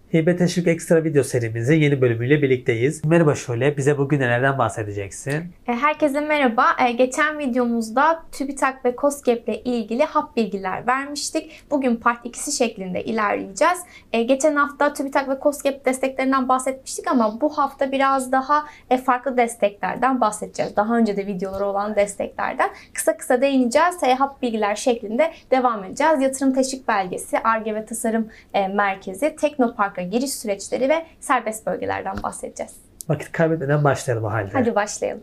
Hibe Teşvik Ekstra video serimizin yeni bölümüyle birlikteyiz. Merhaba Şule, bize bugün nelerden bahsedeceksin? Herkese merhaba. Geçen videomuzda TÜBİTAK ve KOSGEB ile ilgili hap bilgiler vermiştik. Bugün part 2'si şeklinde ilerleyeceğiz. Geçen hafta TÜBİTAK ve KOSGEB desteklerinden bahsetmiştik ama bu hafta biraz daha farklı desteklerden bahsedeceğiz. Daha önce de videoları olan desteklerden kısa kısa değineceğiz. Hap bilgiler şeklinde devam edeceğiz. Yatırım teşvik belgesi, Ar-Ge ve Tasarım Merkezi, Teknopark'a giriş süreçleri ve serbest bölgelerden bahsedeceğiz. Vakit kaybetmeden başlayalım o halde. Hadi başlayalım.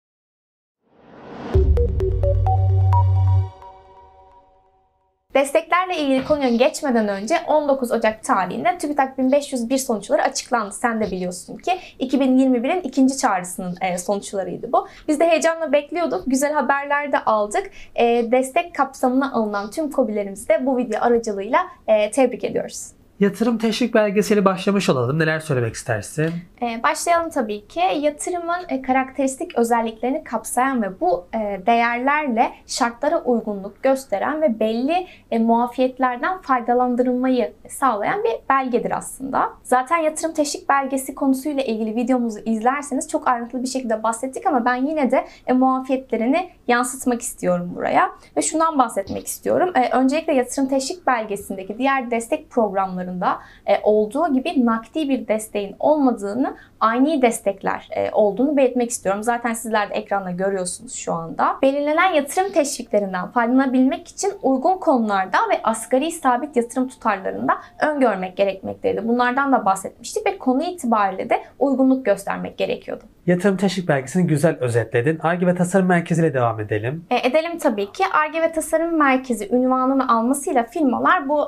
Desteklerle ilgili konuya geçmeden önce 19 Ocak tarihinde TÜBİTAK 1501 sonuçları açıklandı. Sen de biliyorsun ki 2021'in ikinci çağrısının sonuçlarıydı bu. Biz de heyecanla bekliyorduk. Güzel haberler de aldık. Destek kapsamına alınan tüm KOBİ'lerimizi de bu video aracılığıyla tebrik ediyoruz. Yatırım teşvik belgesiyle başlamış olalım. Neler söylemek istersin? Başlayalım tabii ki. Yatırımın karakteristik özelliklerini kapsayan ve bu değerlerle şartlara uygunluk gösteren ve belli muafiyetlerden faydalandırılmayı sağlayan bir belgedir aslında. Zaten yatırım teşvik belgesi konusuyla ilgili videomuzu izlerseniz çok ayrıntılı bir şekilde bahsettik ama ben yine de muafiyetlerini yansıtmak istiyorum buraya. Ve şundan bahsetmek istiyorum. Öncelikle yatırım teşvik belgesindeki diğer destek programları olduğu gibi nakdi bir desteğin olmadığını, ani destekler olduğunu belirtmek istiyorum. Zaten sizler de ekranda görüyorsunuz şu anda. Belirlenen yatırım teşviklerinden faydalanabilmek için uygun konularda ve asgari sabit yatırım tutarlarında öngörmek gerekmekteydi. Bunlardan da bahsetmiştik ve konu itibariyle de uygunluk göstermek gerekiyordu. Yatırım teşvik belgesini güzel özetledin. Ar-Ge ve Tasarım Merkezi ile devam edelim. Edelim tabii ki. Ar-Ge ve Tasarım Merkezi unvanını almasıyla firmalar bu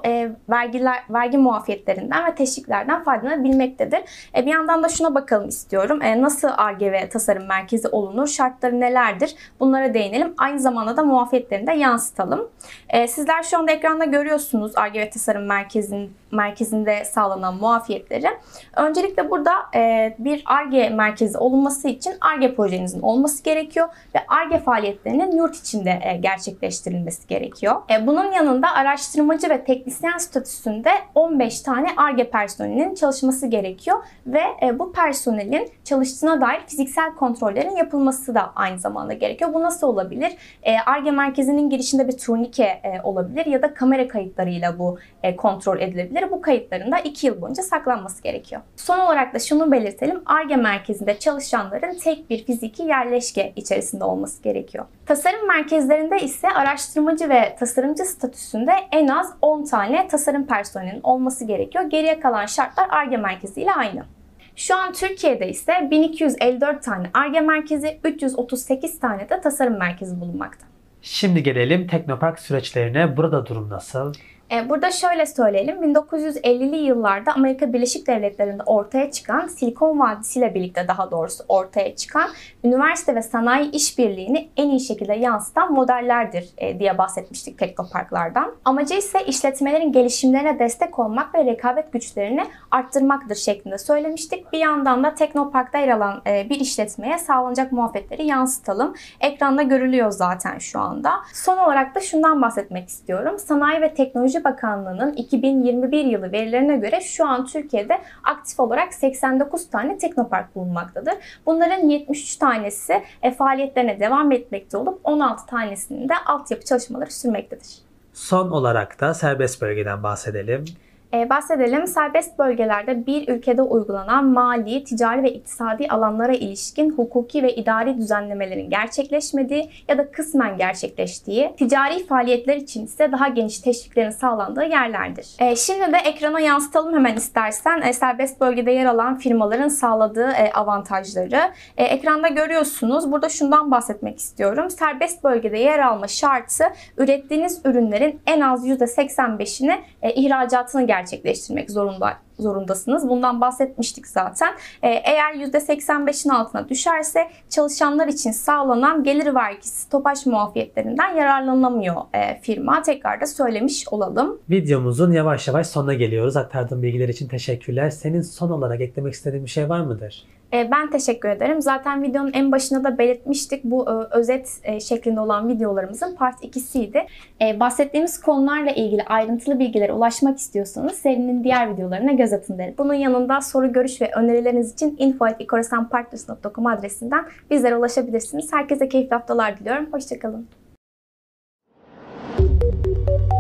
vergi muafiyetlerinden ve teşviklerden faydalanabilmektedir. Bir yandan da şuna bakalım istiyorum. Nasıl Ar-Ge ve Tasarım Merkezi olunur? Şartları nelerdir? Bunlara değinelim. Aynı zamanda da muafiyetlerini de yansıtalım. Sizler şu anda ekranda görüyorsunuz Ar-Ge ve Tasarım Merkezi'nde sağlanan muafiyetleri. Öncelikle burada bir Ar-Ge merkezi olunması için Ar-Ge projenizin olması gerekiyor ve Ar-Ge faaliyetlerinin yurt içinde gerçekleştirilmesi gerekiyor. Bunun yanında araştırmacı ve teknisyen statüsünde 15 tane Ar-Ge personelinin çalışması gerekiyor ve bu personelin çalıştığına dair fiziksel kontrollerin yapılması da aynı zamanda gerekiyor. Bu nasıl olabilir? Ar-Ge merkezinin girişinde bir turnike olabilir ya da kamera kayıtlarıyla bu kontrol edilebilir. Bu kayıtların da 2 yıl boyunca saklanması gerekiyor. Son olarak da şunu belirtelim. Ar-Ge merkezinde çalışanların tek bir fiziki yerleşke içerisinde olması gerekiyor. Tasarım merkezlerinde ise araştırmacı ve tasarımcı statüsünde en az 10 tane tasarım personelinin olması gerekiyor. Geriye kalan şartlar Ar-Ge merkezi ile aynı. Şu an Türkiye'de ise 1254 tane Ar-Ge merkezi, 338 tane de tasarım merkezi bulunmakta. Şimdi gelelim Teknopark süreçlerine. Burada durum nasıl? Burada şöyle söyleyelim, 1950'li yıllarda Amerika Birleşik Devletleri'nde ortaya çıkan, Silikon Vadisi ile birlikte daha doğrusu ortaya çıkan üniversite ve sanayi işbirliğini en iyi şekilde yansıtan modellerdir diye bahsetmiştik teknoparklardan. Amacı ise işletmelerin gelişimlerine destek olmak ve rekabet güçlerini arttırmaktır şeklinde söylemiştik. Bir yandan da teknoparkta yer alan bir işletmeye sağlanacak muafiyetleri yansıtalım. Ekranda görülüyor zaten şu anda. Son olarak da şundan bahsetmek istiyorum. Sanayi ve Teknoloji Bakanlığı'nın 2021 yılı verilerine göre şu an Türkiye'de aktif olarak 89 tane teknopark bulunmaktadır. Bunların 73 tanesi faaliyetlerine devam etmekte olup 16 tanesinin de altyapı çalışmaları sürmektedir. Son olarak da serbest bölgeden bahsedelim. Bahsedelim. Serbest bölgelerde bir ülkede uygulanan mali, ticari ve iktisadi alanlara ilişkin hukuki ve idari düzenlemelerin gerçekleşmediği ya da kısmen gerçekleştiği, ticari faaliyetler için ise daha geniş teşviklerin sağlandığı yerlerdir. Şimdi de ekrana yansıtalım hemen istersen serbest bölgede yer alan firmaların sağladığı avantajları. Ekranda görüyorsunuz. Burada şundan bahsetmek istiyorum. Serbest bölgede yer alma şartı ürettiğiniz ürünlerin en az %85'ini ihracatını gerçekleştirmek zorundasınız. Bundan bahsetmiştik zaten. Eğer %85'in altına düşerse çalışanlar için sağlanan gelir vergisi stopaj muafiyetlerinden yararlanamıyor firma. Tekrar da söylemiş olalım. Videomuzun yavaş yavaş sonuna geliyoruz. Aktardığın bilgiler için teşekkürler. Senin son olarak eklemek istediğin bir şey var mıdır? Ben teşekkür ederim. Zaten videonun en başında da belirtmiştik. Bu özet şeklinde olan videolarımızın part 2'siydi. Bahsettiğimiz konularla ilgili ayrıntılı bilgilere ulaşmak istiyorsanız serinin diğer videolarına göz göz atın derim. Bunun yanında soru, görüş ve önerileriniz için info@ikorasanpartners.com adresinden bizlere ulaşabilirsiniz. Herkese keyifli haftalar diliyorum. Hoşçakalın.